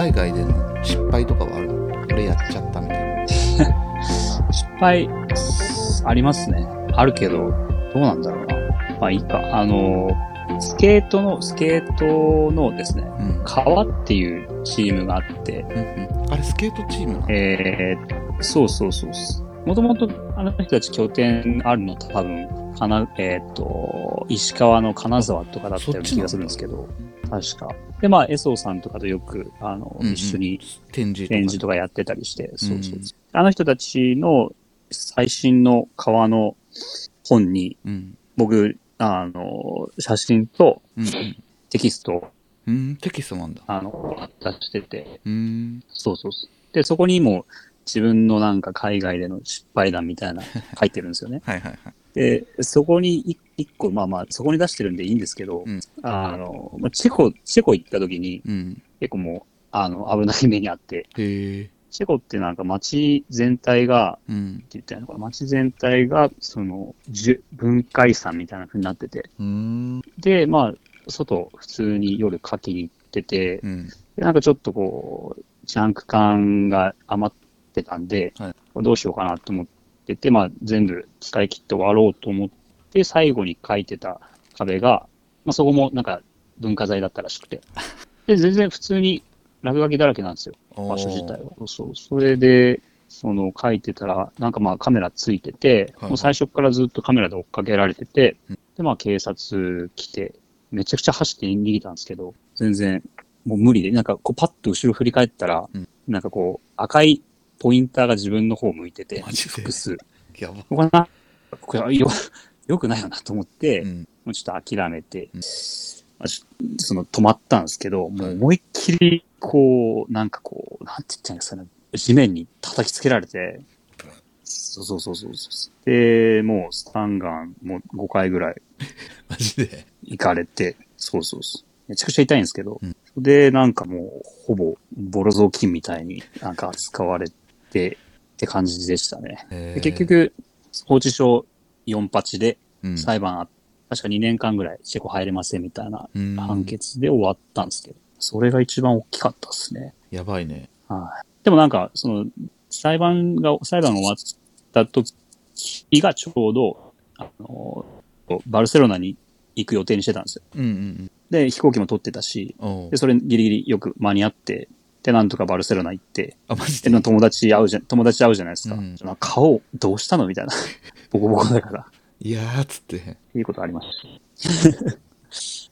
海外での失敗とかはあるの？これやっちゃったみたいな。 失敗、ありますね。あるけど、どうなんだろうな。まあいいか。スケートのですね、川っていうチームがあって、 あれスケートチームなの？ そうそうそう。もともとあの人たち拠点あるの多分、石川の金沢とかだったような気がするんですけど、確か。で、まあ、エソさんとかとよく、一緒に展示とかやってたりして、そうそう。あの人たちの最新の川の本に、僕、写真とテキスト、 テキストなんだ。 出してて、そうそう。で、そこにも自分のなんか海外での失敗談みたいな書いてるんですよね。 はいはいはい。 で、そこに一個、まあ、そこに出してるんでいいんですけど、チェコ行った時に、結構もう、危ない目にあって、チェコってなんか街全体が、って言ったらいいのかな、街全体が、文化遺産みたいな風になってて、で、まあ、外、普通に夜かけに行ってて、でなんかちょっとこう、ジャンク感が余ってたんで、どうしようかなと思ってて、まあ、全部使い切って終わろうと思って、最後に描いてた壁が、まあ、そこもなんか文化財だったらしくて、で、全然普通に落書きだらけなんですよ、場所自体は。そう。それで、書いてたら、なんかまあカメラついてて、もう最初からずっとカメラで追っかけられてて、で、まあ警察来て、めちゃくちゃ走って逃げたんですけど、全然もう無理で、なんかこうパッと後ろ振り返ったら、なんかこう赤いポインターが自分の方向いてて、複数。 やば。 これよくないよなと思って、もうちょっと諦めて、止まったんですけど、もう思いっきり、こう、なんて言ったんですかね、地面に叩きつけられて、そう。で、もうスタンガンもう5回ぐらい、 マジで行かれて、そう。めちゃくちゃ痛いんですけど、で、なんかもう、ほぼ、ボロ雑巾みたいになんか扱われて、って感じでしたね。で結局、拘置所4発で、裁判あって、確か2年間ぐらいチェコ入れませんみたいな判決で終わったんですけど、それが一番大きかったですね。 やばいね。 でもなんか、裁判が終わった時がちょうど、バルセロナに行く予定にしてたんですよ。で、飛行機も取ってたし、で、それギリギリよく間に合って、で、なんとかバルセロナ行って、で、友達会うじゃないですか。顔、どうしたのみたいな。ボコボコだから。 いやーつって。 いいことありました。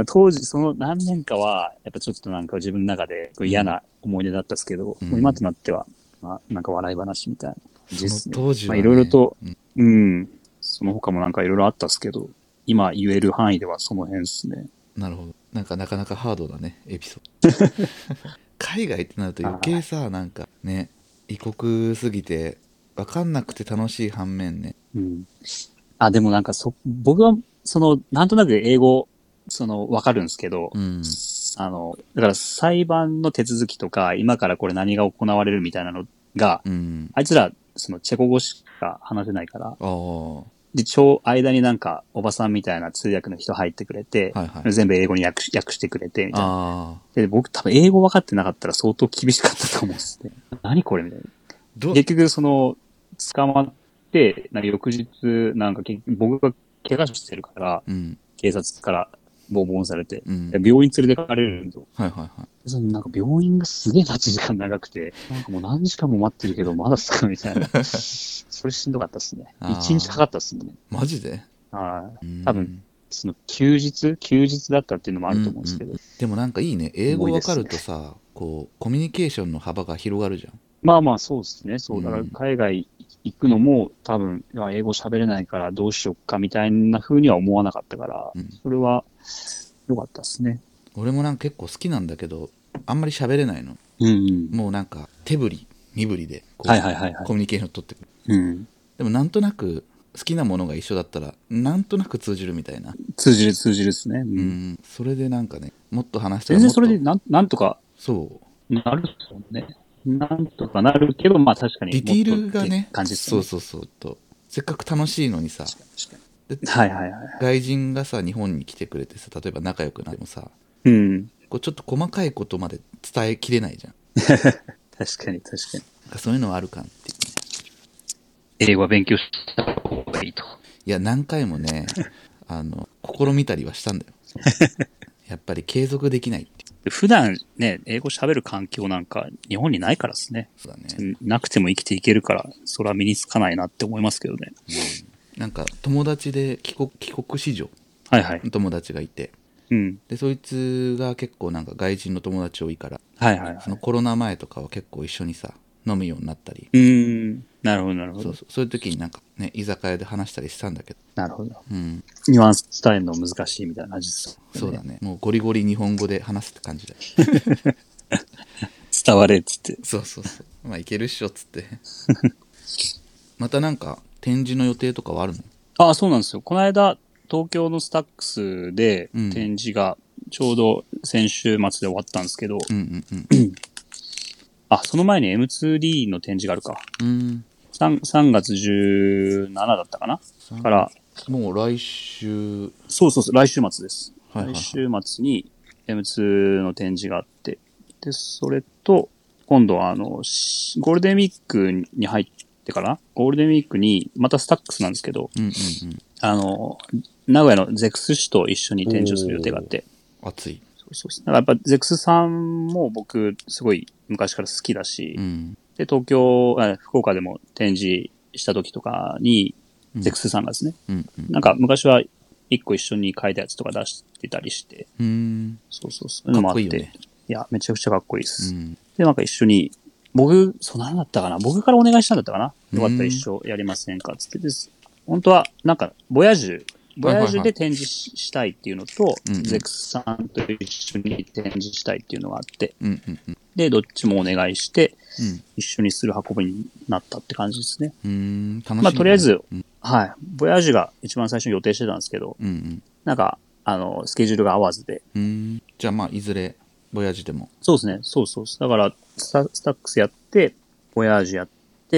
当時、その何年かは、やっぱちょっとなんか自分の中で嫌な思い出だったんですけど、今となっては、まあ、なんか笑い話みたいな感じですね。 その当時はね、 まあいろいろと、その他もなんかいろいろあったんですけど、今言える範囲ではその辺ですね。 なるほど。なんかなかなかハードだね、エピソード。海外ってなると余計さ、なんかね、異国すぎて、わかんなくて楽しい反面ね。 でもなんか僕は、なんとなく英語、わかるんですけど、だから裁判の手続きとか、今からこれ何が行われるみたいなのが、あいつら、チェコ語しか話せないから、で、間になんか、おばさんみたいな通訳の人入ってくれて、全部英語に訳してくれて、みたいな。で、僕多分英語分かってなかったら相当厳しかったと思うんですね。何これみたいな。結局、捕まって、翌日、なんか僕が怪我してるから、警察からボンボンされて、病院連れてかれるんですよ。なんか病院がすげえ待ち時間長くて、なんかもう何時間も待ってるけど、まだっすかみたいな。それしんどかったっすね。1日かかったっすね。 マジで？ 多分、休日だったっていうのもあると思うんですけど。 でもなんかいいね。英語わかるとさ、こう、コミュニケーションの幅が広がるじゃん。 まあまあそうですね。だから海外行くのも多分、英語喋れないからどうしようかみたいな風には思わなかったから、それは良かったですね。 俺もなんか結構好きなんだけど、あんまり喋れないの。もうなんか手振り、身振りでこう、コミュニケーション取ってくる。でもなんとなく好きなものが一緒だったら、なんとなく通じるみたいな。 通じるですね。 それでなんかね、もっと話したら全然それでなんとかなるっすもんね。なんとかなるけど、まあ確かに。 ディティールがね、 感じですね。 そうと。せっかく楽しいのにさ、外人がさ、日本に来てくれてさ、例えば仲良くなってもさ、こうちょっと細かいことまで伝えきれないじゃん。 確かに。 そういうのはあるかんっていうね。 英語は勉強した方がいいと。 いや、何回もね、試みたりはしたんだよ。やっぱり継続できないっていう。 普段ね、英語喋る環境なんか日本にないからですね。 そうだね。 なくても生きていけるから、それは身につかないなって思いますけどね。 なんか友達で帰国子女の友達がいて、でそいつが結構なんか外人の友達多いから、そのコロナ前とかは結構一緒にさ飲むようになったり、 なるほど。 そういう時になんかね居酒屋で話したりしたんだけど、 なるほど。ニュアンス伝えるの難しいみたいな感じですね。そうだね。もうゴリゴリ日本語で話すって感じだよ。 伝われっつって。 そう。まあいけるっしょっつって。またなんか展示の予定とかはあるの？ あ、そうなんですよ。この間東京のスタックスで展示がちょうど先週末で終わったんですけど、あ、その前に M2D の展示があるか。3月17だったかなから。 もう来週。 そう、来週末です。来週末に M2 の展示があって、で、それと、今度はゴールデンウィークに入ってから、ゴールデンウィークに、またスタックスなんですけど、名古屋のゼクス氏と一緒に展示をする予定があって。 熱い。 そう。だからやっぱゼクスさんも僕すごい昔から好きだし、で、福岡でも展示した時とかに、ゼクスさんがですね、なんか昔は一個一緒に書いたやつとか出してたりして、そういうのもあって、いや、めちゃくちゃかっこいいです。で、なんか一緒に、何だったかな、僕からお願いしたんだったかな、よかったら一緒やりませんかつってです。本当は、なんか、ボヤージュで展示したいっていうのと、ゼクスさんと一緒に展示したいっていうのがあって、で、どっちもお願いして、一緒にする運びになったって感じですね。 楽しみ。 まあ、とりあえず、ボヤージュが一番最初に予定してたんですけど、なんか、スケジュールが合わずで。 じゃあまあ、いずれ、ボヤージュでも。 そうですね。そう。だから、スタックスやって、ボヤージュやって、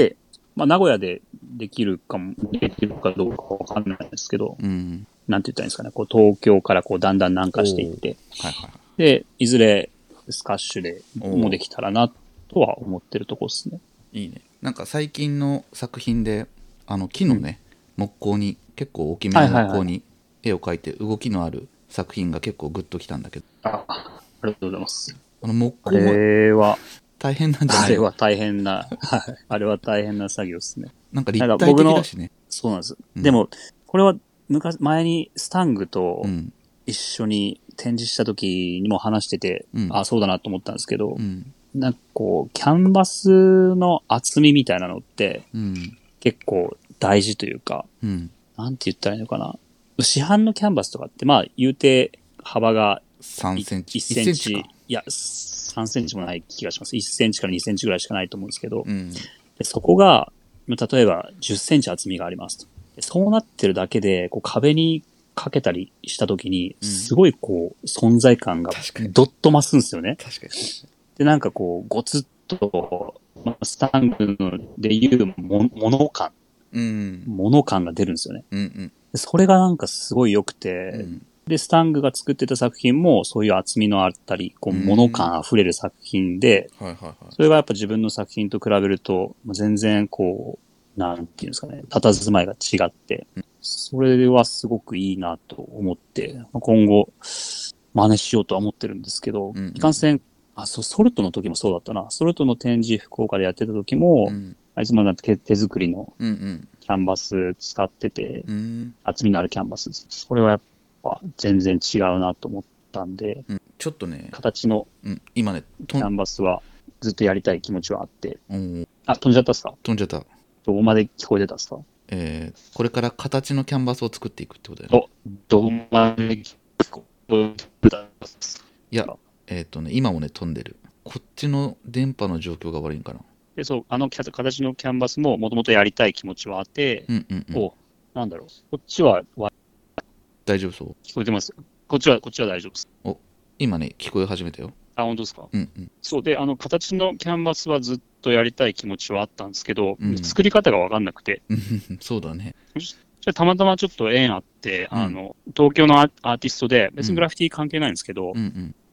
まあ、名古屋でできるかどうかわかんないですけど、なんて言ったらいいんですかね。こう、東京からこう、だんだん南下していって、で、いずれ、スカッシュでもできたらな、とは思ってるとこですね。 いいね。なんか最近の作品で、木のね、木工に、結構大きめの木工に絵を描いて動きのある作品が結構グッときたんだけど。 ありがとうございます。 木工も。あれは、 大変なんじゃない？ あれは大変な、あれは大変な作業ですね。 なんか立体的だしね。 そうなんです。でも、これは前にスタングと一緒に展示した時にも話してて、そうだなと思ったんですけど、なんかこう、キャンバスの厚みみたいなのって、結構大事というか、なんて言ったらいいのかな。市販のキャンバスとかって、まあ言うて幅が 3センチ。 1センチ。いや、3センチもない気がします。1センチから2センチぐらいしかないと思うんですけど、でそこが、例えば10センチ厚みがありますと。そうなってるだけで、こう壁にかけたりしたときに、すごいこう、存在感がどっと増すんですよね。 確かに。 で、なんかこう、ごつっと、スタングでいう物感が出るんですよね。それがなんかすごい良くて、で、スタングが作ってた作品もそういう厚みのあったり、こう、物感溢れる作品で、それがやっぱ自分の作品と比べると、全然こう、なんていうんですかね、佇まいが違って、それはすごくいいなと思って、今後、真似しようとは思ってるんですけど、いかんせん、ソルトの時もそうだったな。ソルトの展示福岡でやってた時も、あいつもなんか手作りのキャンバス使ってて、厚みのあるキャンバス。それはやっぱ全然違うなと思ったんで、 ちょっとね、 形の今ね、 キャンバスはずっとやりたい気持ちはあって。飛んじゃったっすか？ 飛んじゃった。 どこまで聞こえてたっすか？ これから形のキャンバスを作っていくってことだよね。 どこまで聞こえてたっすか？ いや、今もね、飛んでる。こっちの電波の状況が悪いんかな。 で、そう、形のキャンバスももともとやりたい気持ちはあって、なんだろう。こっちは、 大丈夫そう？ 聞こえてます。こっちは大丈夫です。 今ね、聞こえ始めたよ。 本当ですか？そうで、形のキャンバスはずっとやりたい気持ちはあったんですけど、作り方がわかんなくて。 そうだね。 たまたまちょっと縁あって、東京のアーティストで、別にグラフィティ関係ないんですけど、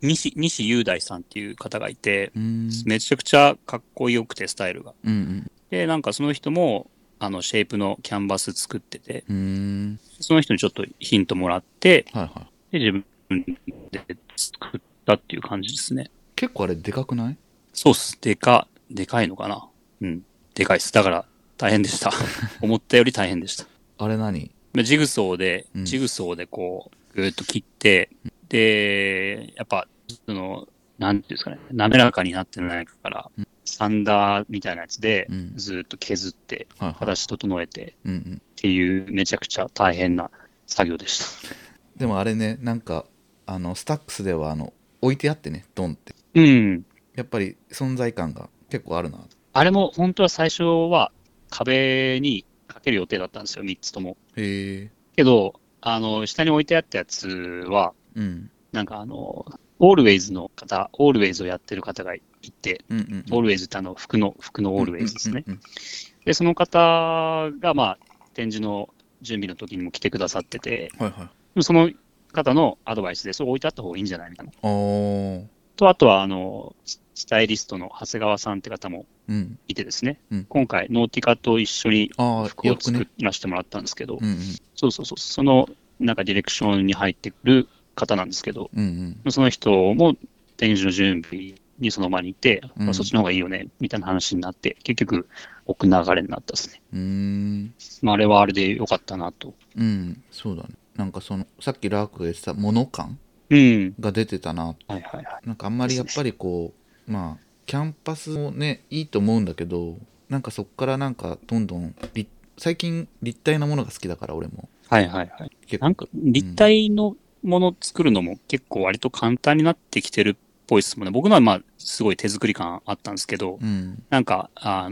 西雄大さんっていう方がいて、めちゃくちゃかっこよくて、スタイルが。で、なんかその人も、シェイプのキャンバス作ってて、その人にちょっとヒントもらって、で、自分で作ったっていう感じですね。 結構あれでかくない？ そうっす。でかいのかな。でかいっす。だから、大変でした。思ったより大変でした。 あれ何？ ジグソーでこう、ぐーっと切って、で、やっぱ、なんていうんですかね、滑らかになってないから、サンダーみたいなやつで、ずっと削って、形整えて、っていう、めちゃくちゃ大変な作業でした。 でもあれね、なんか、スタックスでは、置いてあってね、ドンって。やっぱり存在感が結構あるな。 あれも、本当は最初は、壁にかける予定だったんですよ、3つとも。 へえ。 けど、下に置いてあったやつは、なんかオールウェイズの方、オールウェイズをやってる方がいて、オールウェイズって服のオールウェイズですね。で、その方が、まあ、展示の準備の時にも来てくださってて、その方のアドバイスで、それ置いてあった方がいいんじゃないみたいな。と、あとは、スタイリストの長谷川さんって方もいてですね、今回、ノーティカと一緒に服を作らせてもらったんですけど、その、なんかディレクションに入ってくる方なんですけど、その人も展示の準備にその場にいて、そっちの方がいいよね、みたいな話になって、結局、置く流れになったですね。まあ、あれはあれで良かったなと。 そうだね。なんかさっきラークが言ってた物感が出てたな。なんかあんまりやっぱりこう、まあ、キャンパスもね、いいと思うんだけど、なんかそっからなんかどんどん、最近立体なものが好きだから俺も。 なんか立体のもの作るのも結構割と簡単になってきてるっぽいですもんね。僕のはまあすごい手作り感あったんですけど、なんか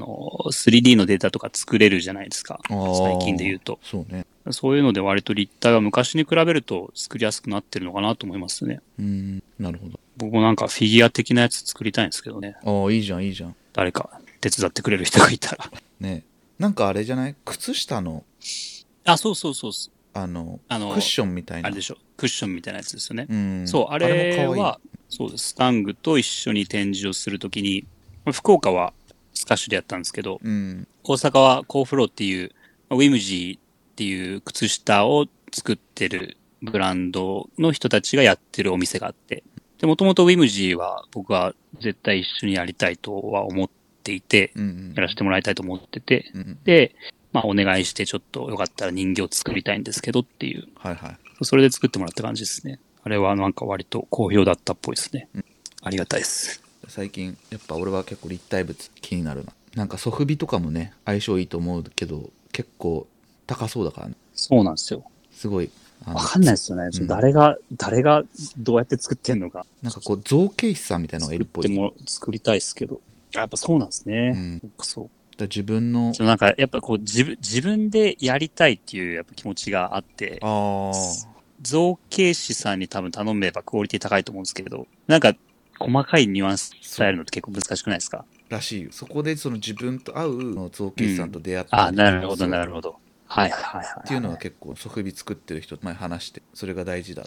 3D のデータとか作れるじゃないですか。最近で言うと。 そうね。 そういうので割と立体は昔に比べると作りやすくなってるのかなと思いますね。 なるほど。 僕もなんかフィギュア的なやつ作りたいんですけどね。 いいじゃんいいじゃん。 誰か手伝ってくれる人がいたら。 ね。なんかあれじゃない？靴下の。 そう。クッションみたいな。 あれでしょ。クッションみたいなやつですよね。そう、あれは、そうです。スタングと一緒に展示をするときに、福岡はスカッシュでやったんですけど、大阪はコーフローっていう、ウィムジーっていう靴下を作ってるブランドの人たちがやってるお店があって、で、もともとウィムジーは僕は絶対一緒にやりたいとは思っていて、やらせてもらいたいと思ってて、で、まあお願いしてちょっとよかったら人形作りたいんですけどっていう。それで作ってもらった感じですね。あれはなんか割と好評だったっぽいですね。ありがたいです。 最近やっぱ俺は結構立体物気になるな。なんかソフビとかもね相性いいと思うけど結構高そうだからね。 そうなんですよ。 すごいわかんないですよね。誰がどうやって作ってんのか。 なんかこう造形師さんみたいなのがいるっぽい。 でも作りたいですけど。やっぱそうなんですね。そう。 自分のなんかやっぱこう自分でやりたいっていうやっぱ気持ちがあって、造形師さんに多分頼めばクオリティ高いと思うんですけど、なんか細かいニュアンス伝えるのって結構難しくないですか？ らしいよ。そこで自分と合う造形師さんと出会ったり、 なるほど。 っていうのは結構ソフビ作ってる人前話してそれが大事だって。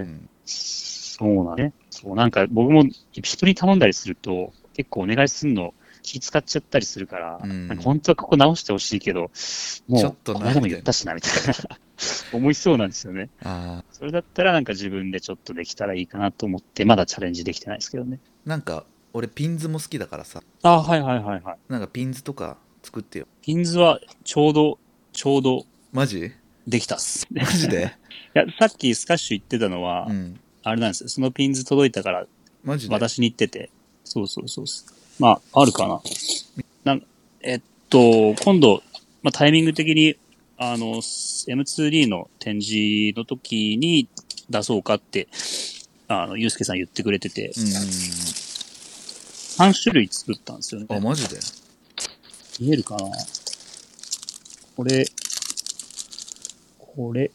そうなんね。そうなんか僕も人に頼んだりすると結構お願いするの気使っちゃったりするから、なんか本当はここ直してほしいけど、もうこの間も言ったしなみたいな思いそうなんですよね。それだったらなんか自分でちょっとできたらいいかなと思ってまだチャレンジできてないですけどね。 なんか俺ピンズも好きだからさ。 はい。 なんかピンズとか作ってよ。 ピンズはちょうどマジできたっす。 マジでいや、さっきスカッシュ言ってたのは、あれなんですよ。そのピンズ届いたから、私に言ってて。そう。まあ、あるかな。今度、まあ、タイミング的に、M2D の展示の時に出そうかって、ゆうすけさん言ってくれてて、3種類作ったんですよね。 マジで見えるかな？これ。お。フ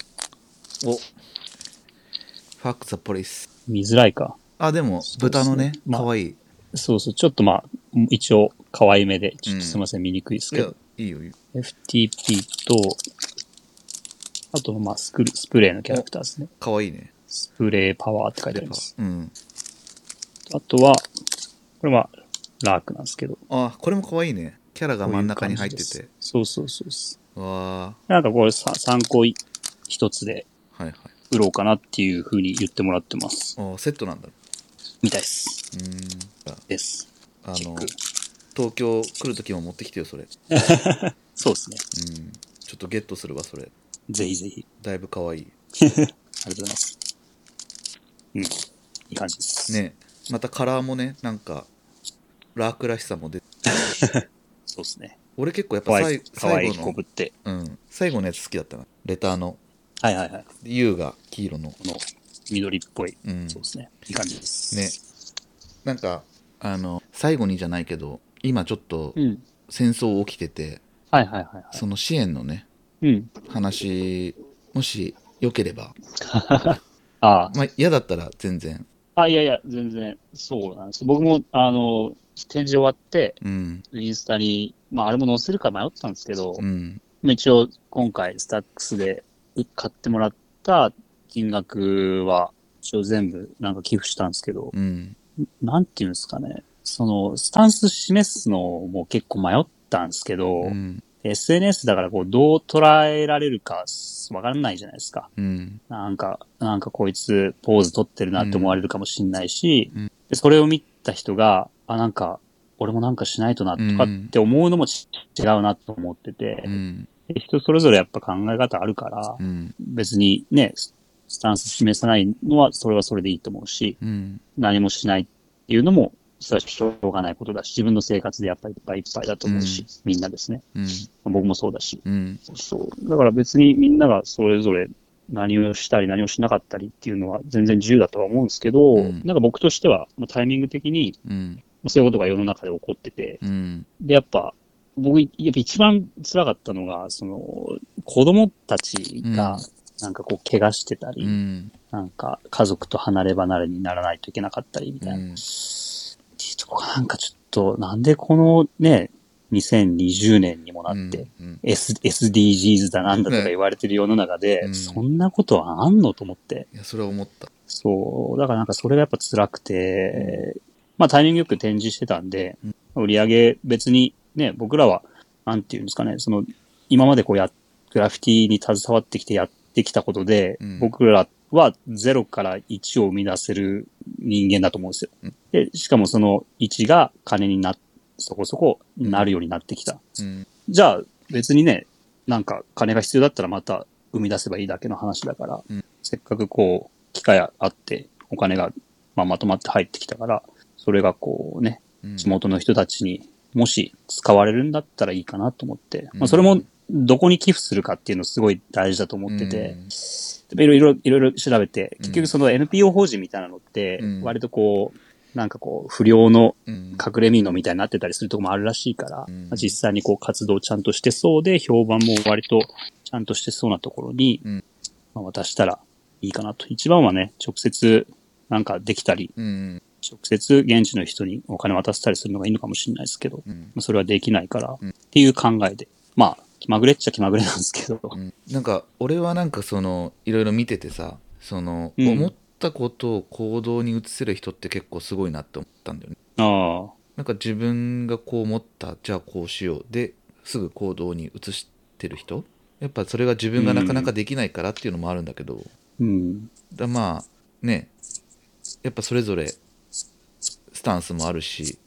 ァクザポリス。 見づらいか。 でも、豚のね、かわいい。 そう。ちょっとまあ、一応、可愛めで、ちょっとすみません、見にくいですけど。 いいよ。 FTP と、あと、まあ、スプレーのキャラクターですね。 かわいいね。 スプレーパワーって書いてあります。うん。あとは、これはラークなんですけど。 あ、これも可愛いね。キャラが真ん中に入ってて。 そうそうそう。わあ。なんかこれ参考一つで、売ろうかなっていう風に言ってもらってます。 あ、セットなんだ。 みたいです。です。 東京来る時も持ってきてよ、それ。 そうですね。 ちょっとゲットするわ、それ。 ぜひぜひ。 だいぶ可愛い。 ありがとうございます。いい感じです。 ね。またカラーもね、なんか、ラークらしさも出て。 そうですね。 俺結構やっぱ最後の、 最後のやつ好きだったな。レターの。 はいはいはい。 U が黄色の。 この緑っぽい。そうですね。いい感じです。 ね。なんか、最後にじゃないけど、今ちょっと戦争起きてて、その支援のね、話、もしよければ。まあ嫌だったら全然。 いや、全然、そうなんです。僕も、展示終わって、インスタに、あれも載せるか迷ったんですけど、一応、今回、スタックスで買ってもらった金額は、一応全部、なんか寄付したんですけど、なんていうんですかね、その、スタンス示すのも結構迷ったんですけど、SNS だからこうどう捉えられるかわからないじゃないですか。なんかこいつポーズ取ってるなって思われるかもしれないし、でそれを見た人が、なんか俺もなんかしないとなとかって思うのも違うなと思ってて、人それぞれやっぱ考え方あるから、別にね、スタンス示さないのはそれはそれでいいと思うし、何もしないっていうのもそれはしょうがないことだし、自分の生活でやっぱりいっぱいいっぱいだと思うし、みんなですね。僕もそうだし、そう。だから別にみんながそれぞれ何をしたり何をしなかったりっていうのは全然自由だとは思うんですけど、なんか僕としてはタイミング的に、そういうことが世の中で起こってて、で、やっぱ僕、一番辛かったのが、その、子供たちが、なんかこう、怪我してたり、なんか家族と離れ離れにならないといけなかったりみたいな。っていうとこがなんかちょっと、なんでこのね、2020年にもなって、SDGs だなんだとか言われてる世の中で、そんなことはあんのと思って。 いや、それは思った。 そう。だからなんかそれがやっぱ辛くて、タイミングよく展示してたんで、売り上げ別にね、僕らは、なんていうんですかね、その、今までこうグラフィティに携わってきてやってきたことで、僕らは0から1を生み出せる人間だと思うんですよ。で、しかもその1が金にそこそこなるようになってきた。じゃあ別にね、なんか金が必要だったらまた生み出せばいいだけの話だから、せっかくこう、機会あってお金がまとまって入ってきたから、それがこうね、地元の人たちにもし使われるんだったらいいかなと思って、それもどこに寄付するかっていうのすごい大事だと思ってて、いろいろ調べて、結局その NPO 法人みたいなのって、割とこう、なんかこう、不良の隠れ蓑みたいになってたりするとこもあるらしいから、実際にこう活動ちゃんとしてそうで、評判も割とちゃんとしてそうなところに、渡したらいいかなと。一番はね、直接なんかできたり、直接現地の人にお金渡したりするのがいいのかもしれないですけど、それはできないから、っていう考えで、気まぐれっちゃ気まぐれなんですけど。 なんか、俺はなんかその、いろいろ見ててさ、その、思ったことを行動に移せる人って結構すごいなって思ったんだよね。なんか自分がこう思った、じゃあこうしよう。で、すぐ行動に移してる人、やっぱそれが自分がなかなかできないからっていうのもあるんだけど、だね、やっぱそれぞれスタンスもあるし、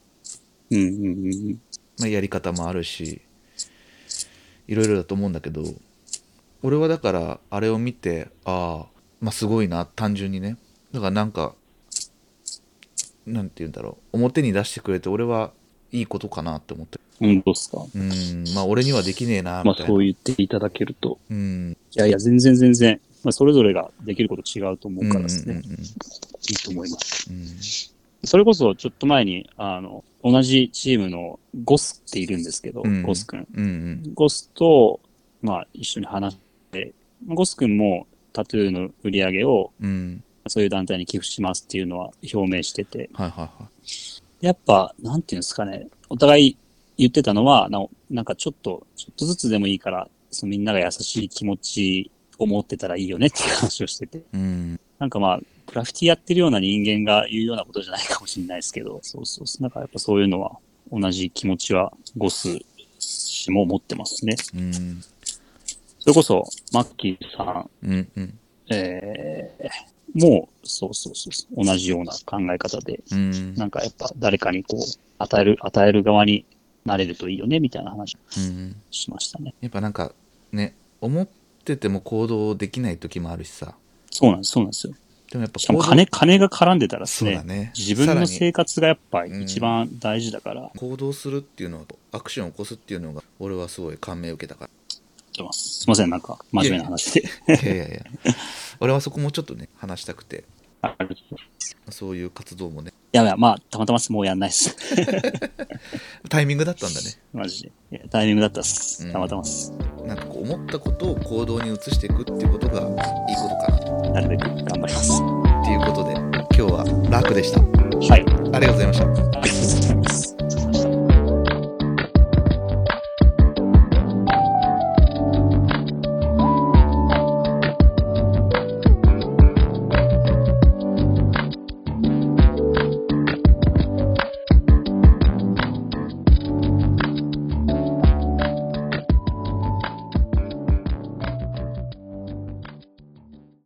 やり方もあるし、いろいろだと思うんだけど、俺はだからあれを見て、すごいな、単純にね。だからなんか、なんて言うんだろう、表に出してくれて俺はいいことかなって思って。 本当っすか。 俺にはできねえなみたいな。 そう言っていただけると。いや全然、それぞれができること違うと思うからですね。いいと思います。それこそちょっと前に同じチームのゴスっているんですけど、ゴスくん。ゴスと一緒に話して、ゴスくんもタトゥーの売り上げを、そういう団体に寄付しますっていうのは表明してて、やっぱなんていうんですかね、お互い言ってたのはなんかちょっとずつでもいいから、みんなが優しい気持ちを持ってたらいいよねっていう話をしてて、 なんかまあ、グラフィティやってるような人間が言うようなことじゃないかもしれないですけど、そうそうそう。なんかやっぱそういうのは、同じ気持ちはゴス氏も持ってますね。それこそ、マッキーさん、もう、そうそうそう、同じような考え方で、なんかやっぱ誰かにこう、与える側になれるといいよね、みたいな話しましたね。 やっぱなんか、ね、思ってても行動できない時もあるしさ。 そうなんですよ。 でもやっぱしかも金が絡んでたらそうだね、 自分の生活がやっぱ一番大事だから。 行動するっていうのは、アクションを起こすっていうのが、俺はすごい感銘を受けたから。 すいません、なんか真面目な話で。 いや俺はそこもちょっとね、話したくて。そういう活動もね。 いや、まあ、たまたまもうやんないっす。 タイミングだったんだね。 マジで。いや、タイミングだったっす。たまたまっす。 なんかこう思ったことを行動に移していくっていうことがいいことかな。 なるべく頑張ります。 っていうことで、今日は楽でした。 はい。 ありがとうございました。